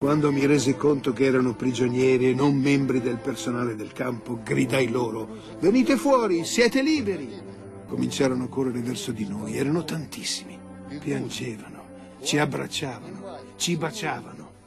Quando mi resi conto che erano prigionieri e non membri del personale del campo, gridai loro: venite fuori, siete liberi! Cominciarono a correre verso di noi, erano tantissimi. Piangevano, ci abbracciavano, ci baciavano.